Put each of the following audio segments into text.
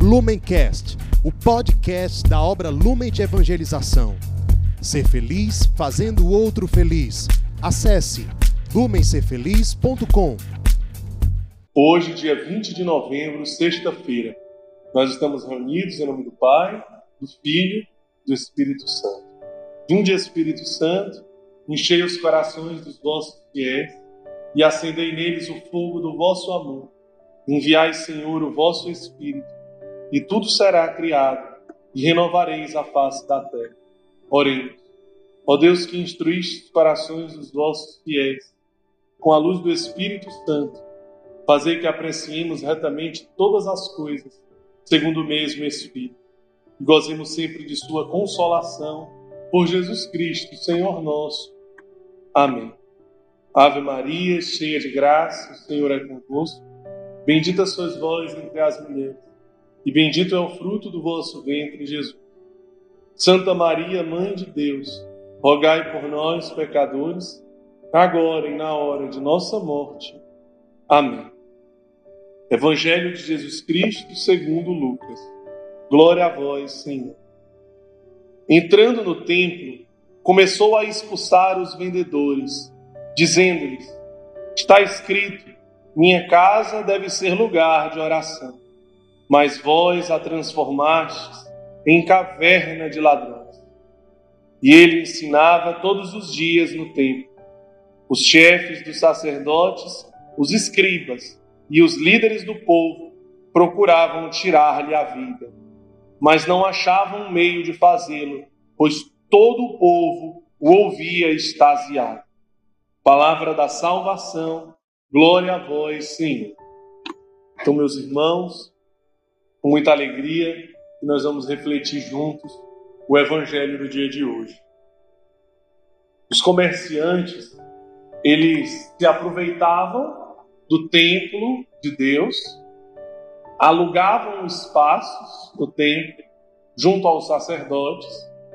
Lumencast, o podcast da obra Lumen de Evangelização. Ser feliz fazendo o outro feliz. Acesse lumencerfeliz.com. Hoje, dia 20 de novembro, sexta-feira, nós estamos reunidos em nome do Pai, do Filho e do Espírito Santo. Vinde, Espírito Santo, enchei os corações dos vossos fiéis e acendei neles o fogo do vosso amor. Enviai, Senhor, o vosso Espírito, e tudo será criado, e renovareis a face da terra. Oremos. Ó Deus, que instruíste os corações dos vossos fiéis, com a luz do Espírito Santo, fazei que apreciemos retamente todas as coisas, segundo o mesmo Espírito, e gozemos sempre de sua consolação, por Jesus Cristo, Senhor nosso. Amém. Ave Maria, cheia de graça, o Senhor é convosco. Bendita sois vós entre as mulheres, e bendito é o fruto do vosso ventre, Jesus. Santa Maria, Mãe de Deus, rogai por nós, pecadores, agora e na hora de nossa morte. Amém. Evangelho de Jesus Cristo segundo Lucas. Glória a vós, Senhor. Entrando no templo, começou a expulsar os vendedores, dizendo-lhes: está escrito, minha casa deve ser lugar de oração, mas vós a transformastes em caverna de ladrões. E ele ensinava todos os dias no templo. Os chefes dos sacerdotes, os escribas e os líderes do povo procuravam tirar-lhe a vida, mas não achavam meio de fazê-lo, pois todo o povo o ouvia extasiado. Palavra da salvação, glória a vós, Senhor. Então, meus irmãos, com muita alegria, nós vamos refletir juntos o Evangelho do dia de hoje. Os comerciantes, eles se aproveitavam do templo de Deus, alugavam espaços no templo junto aos sacerdotes,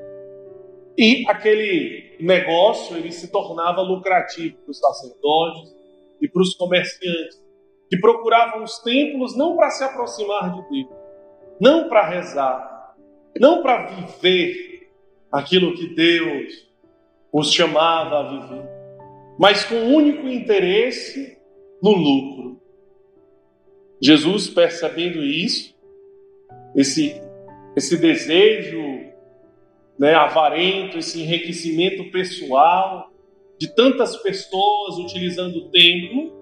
e aquele negócio ele se tornava lucrativo para os sacerdotes e para os comerciantes, que procuravam os templos não para se aproximar de Deus, não para rezar, não para viver aquilo que Deus os chamava a viver, mas com o único interesse no lucro. Jesus, percebendo isso, esse desejo, avarento, esse enriquecimento pessoal de tantas pessoas utilizando o templo,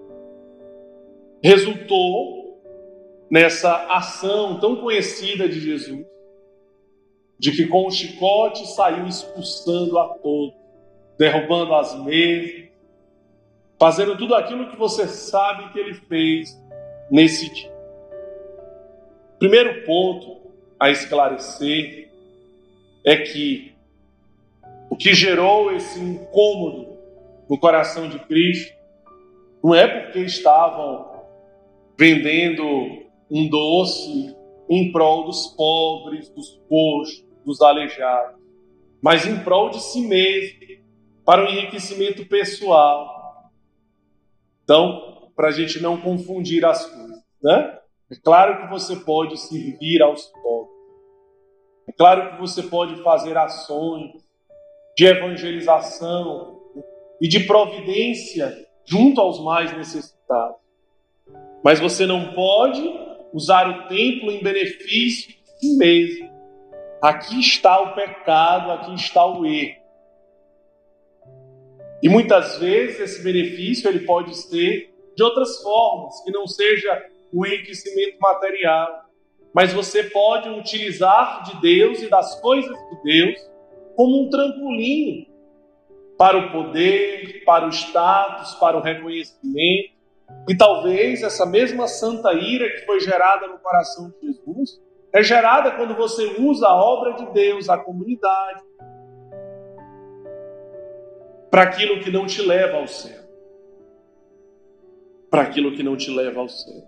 resultou nessa ação tão conhecida de Jesus, de que com o chicote saiu expulsando a todos, derrubando as mesas, fazendo tudo aquilo que você sabe que ele fez nesse dia. Primeiro ponto a esclarecer é que o que gerou esse incômodo no coração de Cristo não é porque estavam vendendo um doce em prol dos pobres, dos coxos, dos aleijados, mas em prol de si mesmo, para o enriquecimento pessoal. Então, para a gente não confundir as coisas, É claro que você pode servir aos pobres. É claro que você pode fazer ações de evangelização e de providência junto aos mais necessitados. Mas você não pode usar o templo em benefício de si mesmo. Aqui está o pecado, aqui está o erro. E muitas vezes esse benefício ele pode ser de outras formas, que não seja o enriquecimento material. Mas você pode utilizar de Deus e das coisas de Deus como um trampolim para o poder, para o status, para o reconhecimento. E talvez essa mesma santa ira que foi gerada no coração de Jesus é gerada quando você usa a obra de Deus, a comunidade, para aquilo que não te leva ao céu. Para aquilo que não te leva ao céu.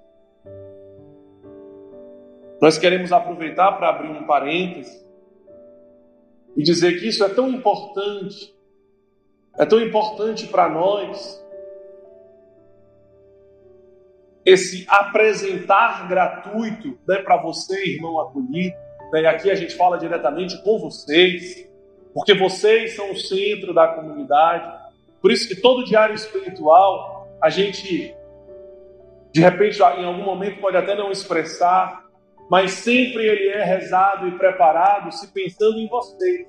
Nós queremos aproveitar para abrir um parêntese e dizer que isso é tão importante para nós, esse apresentar gratuito, né, para você, irmão acolhido, né, e aqui a gente fala diretamente com vocês, porque vocês são o centro da comunidade. Por isso que todo diário espiritual, a gente, de repente, em algum momento pode até não expressar, mas sempre ele é rezado e preparado se pensando em vocês.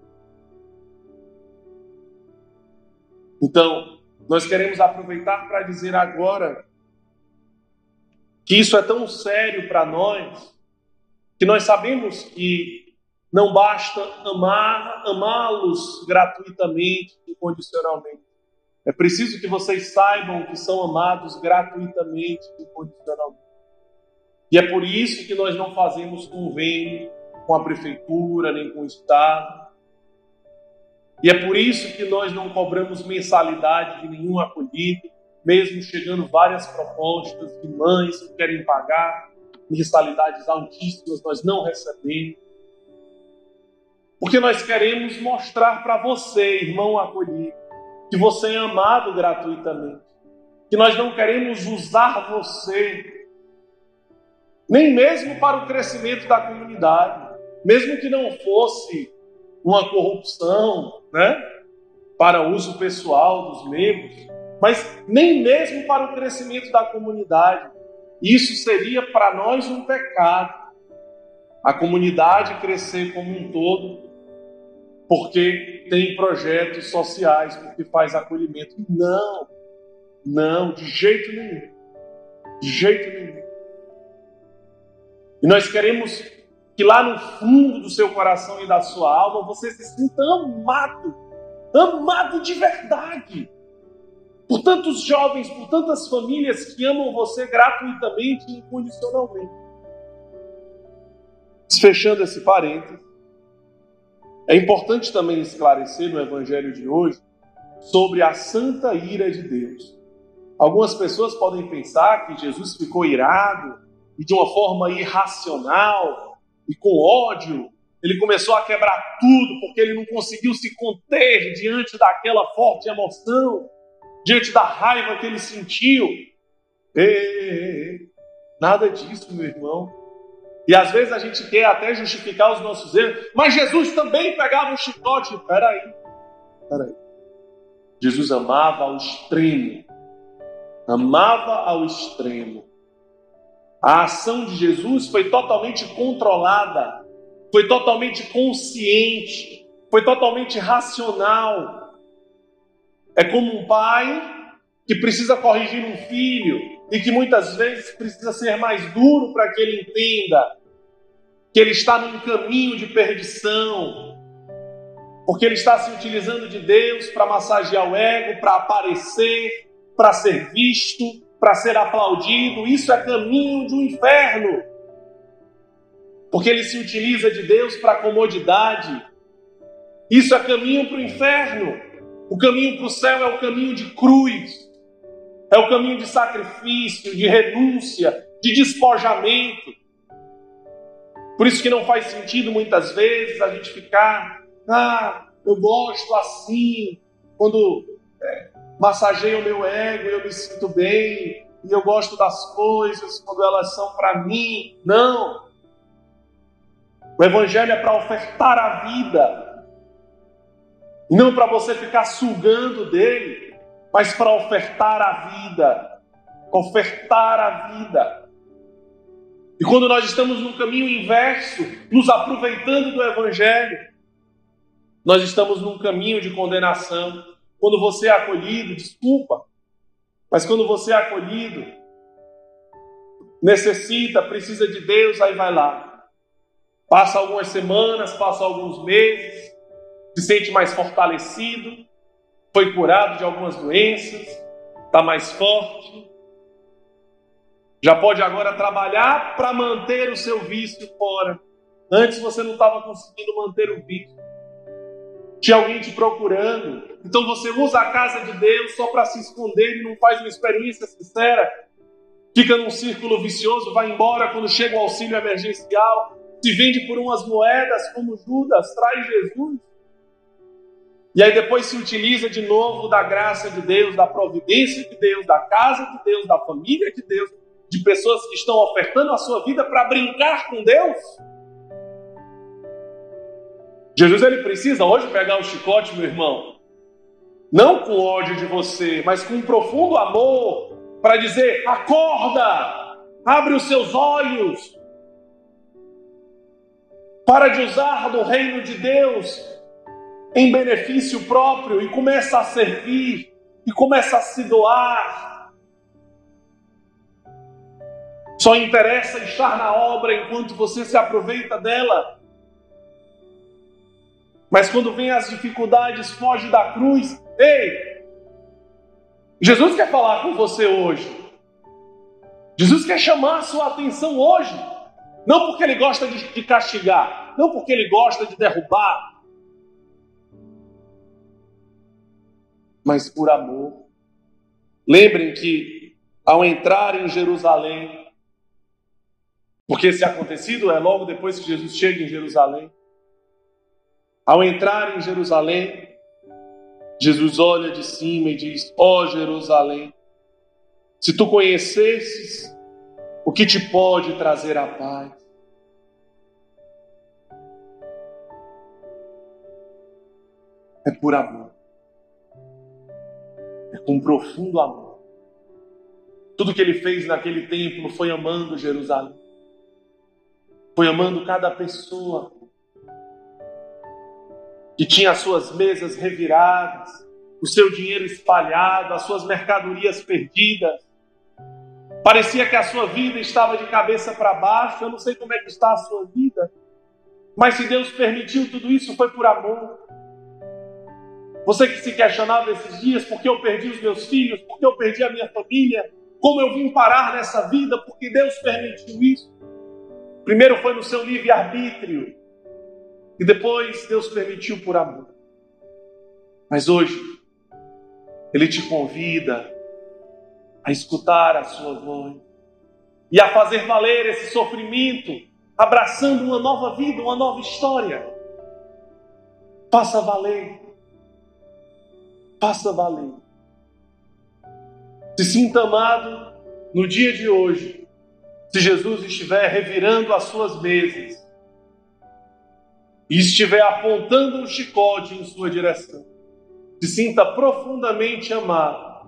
Então, nós queremos aproveitar para dizer agora que isso é tão sério para nós, que nós sabemos que não basta amá-los gratuitamente, incondicionalmente. É preciso que vocês saibam que são amados gratuitamente, incondicionalmente. E é por isso que nós não fazemos convênio com a prefeitura, nem com o Estado. E é por isso que nós não cobramos mensalidade de nenhum acolhido, mesmo chegando várias propostas de mães que querem pagar mensalidades altíssimas, nós não recebemos. Porque nós queremos mostrar para você, irmão acolhido, que você é amado gratuitamente. Que nós não queremos usar você, nem mesmo para o crescimento da comunidade, mesmo que não fosse uma corrupção, né, para uso pessoal dos membros, mas nem mesmo para o crescimento da comunidade. Isso seria para nós um pecado. A comunidade crescer como um todo, porque tem projetos sociais, porque faz acolhimento. Não, de jeito nenhum. De jeito nenhum. E nós queremos que lá no fundo do seu coração e da sua alma você se sinta amado de verdade. Por tantos jovens, por tantas famílias que amam você gratuitamente e incondicionalmente. Fechando esse parênteses, é importante também esclarecer no Evangelho de hoje sobre a santa ira de Deus. Algumas pessoas podem pensar que Jesus ficou irado e de uma forma irracional e com ódio. Ele começou a quebrar tudo porque ele não conseguiu se conter diante daquela forte emoção, diante da raiva que ele sentiu. Nada disso, meu irmão. E às vezes a gente quer até justificar os nossos erros, mas Jesus também pegava um chicote. Peraí. Jesus amava ao extremo. Amava ao extremo. A ação de Jesus foi totalmente controlada, foi totalmente consciente, foi totalmente racional. É como um pai que precisa corrigir um filho e que muitas vezes precisa ser mais duro para que ele entenda que ele está num caminho de perdição, porque ele está se utilizando de Deus para massagear o ego, para aparecer, para ser visto, para ser aplaudido. Isso é caminho de um inferno, porque ele se utiliza de Deus para comodidade. Isso é caminho para o inferno. O caminho para o céu é o caminho de cruz, é o caminho de sacrifício, de renúncia, de despojamento. Por isso que não faz sentido muitas vezes a gente ficar, eu gosto assim, quando massageia o meu ego, eu me sinto bem, e eu gosto das coisas quando elas são para mim. Não. O Evangelho é para ofertar a vida, e não para você ficar sugando dele, mas para ofertar a vida. Ofertar a vida. E quando nós estamos no caminho inverso, nos aproveitando do Evangelho, nós estamos num caminho de condenação. Quando você é acolhido, desculpa, mas quando você é acolhido, necessita, precisa de Deus, aí vai lá. Passa algumas semanas, passa alguns meses, se sente mais fortalecido, foi curado de algumas doenças, está mais forte. Já pode agora trabalhar para manter o seu vício fora. Antes você não estava conseguindo manter o vício. Tinha alguém te procurando. Então você usa a casa de Deus só para se esconder e não faz uma experiência sincera. Fica num círculo vicioso, vai embora quando chega o auxílio emergencial. Se vende por umas moedas como Judas, traz Jesus. E aí depois se utiliza de novo da graça de Deus, da providência de Deus, da casa de Deus, da família de Deus, de pessoas que estão ofertando a sua vida para brincar com Deus? Jesus, ele precisa hoje pegar o chicote, meu irmão, não com ódio de você, mas com um profundo amor, para dizer: acorda, abre os seus olhos, para de usar do reino de Deus em benefício próprio e começa a servir, e começa a se doar. Só interessa estar na obra enquanto você se aproveita dela. Mas quando vem as dificuldades, foge da cruz. Ei! Jesus quer falar com você hoje. Jesus quer chamar a sua atenção hoje. Não porque ele gosta de castigar, não porque ele gosta de derrubar, mas por amor. Lembrem que ao entrar em Jerusalém, porque esse acontecido é logo depois que Jesus chega em Jerusalém, ao entrar em Jerusalém, Jesus olha de cima e diz: ó Jerusalém, se tu conhecesses o que te pode trazer a paz. É por amor. É com profundo amor. Tudo que ele fez naquele templo foi amando Jerusalém. Foi amando cada pessoa que tinha as suas mesas reviradas, o seu dinheiro espalhado, as suas mercadorias perdidas. Parecia que a sua vida estava de cabeça para baixo. Eu não sei como é que está a sua vida, mas se Deus permitiu tudo isso, foi por amor. Você que se questionava esses dias: por que eu perdi os meus filhos? Por que eu perdi a minha família? Como eu vim parar nessa vida? Porque Deus permitiu isso. Primeiro foi no seu livre-arbítrio, e depois Deus permitiu por amor. Mas hoje, Ele te convida a escutar a sua voz e a fazer valer esse sofrimento, abraçando uma nova vida, uma nova história. Faça valer. Faça valer. Se sinta amado no dia de hoje, se Jesus estiver revirando as suas mesas e estiver apontando um chicote em sua direção. Se sinta profundamente amado.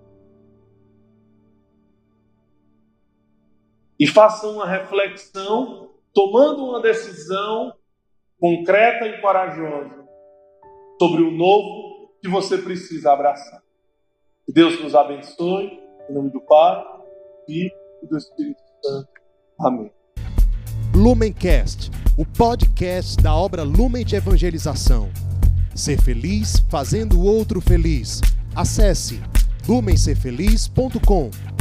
E faça uma reflexão, tomando uma decisão concreta e corajosa sobre o novo que você precisa abraçar. Que Deus nos abençoe, em nome do Pai, do Filho e do Espírito Santo. Amém. Lumencast, o podcast da obra Lumen de Evangelização. Ser feliz fazendo o outro feliz. Acesse lumencerfeliz.com.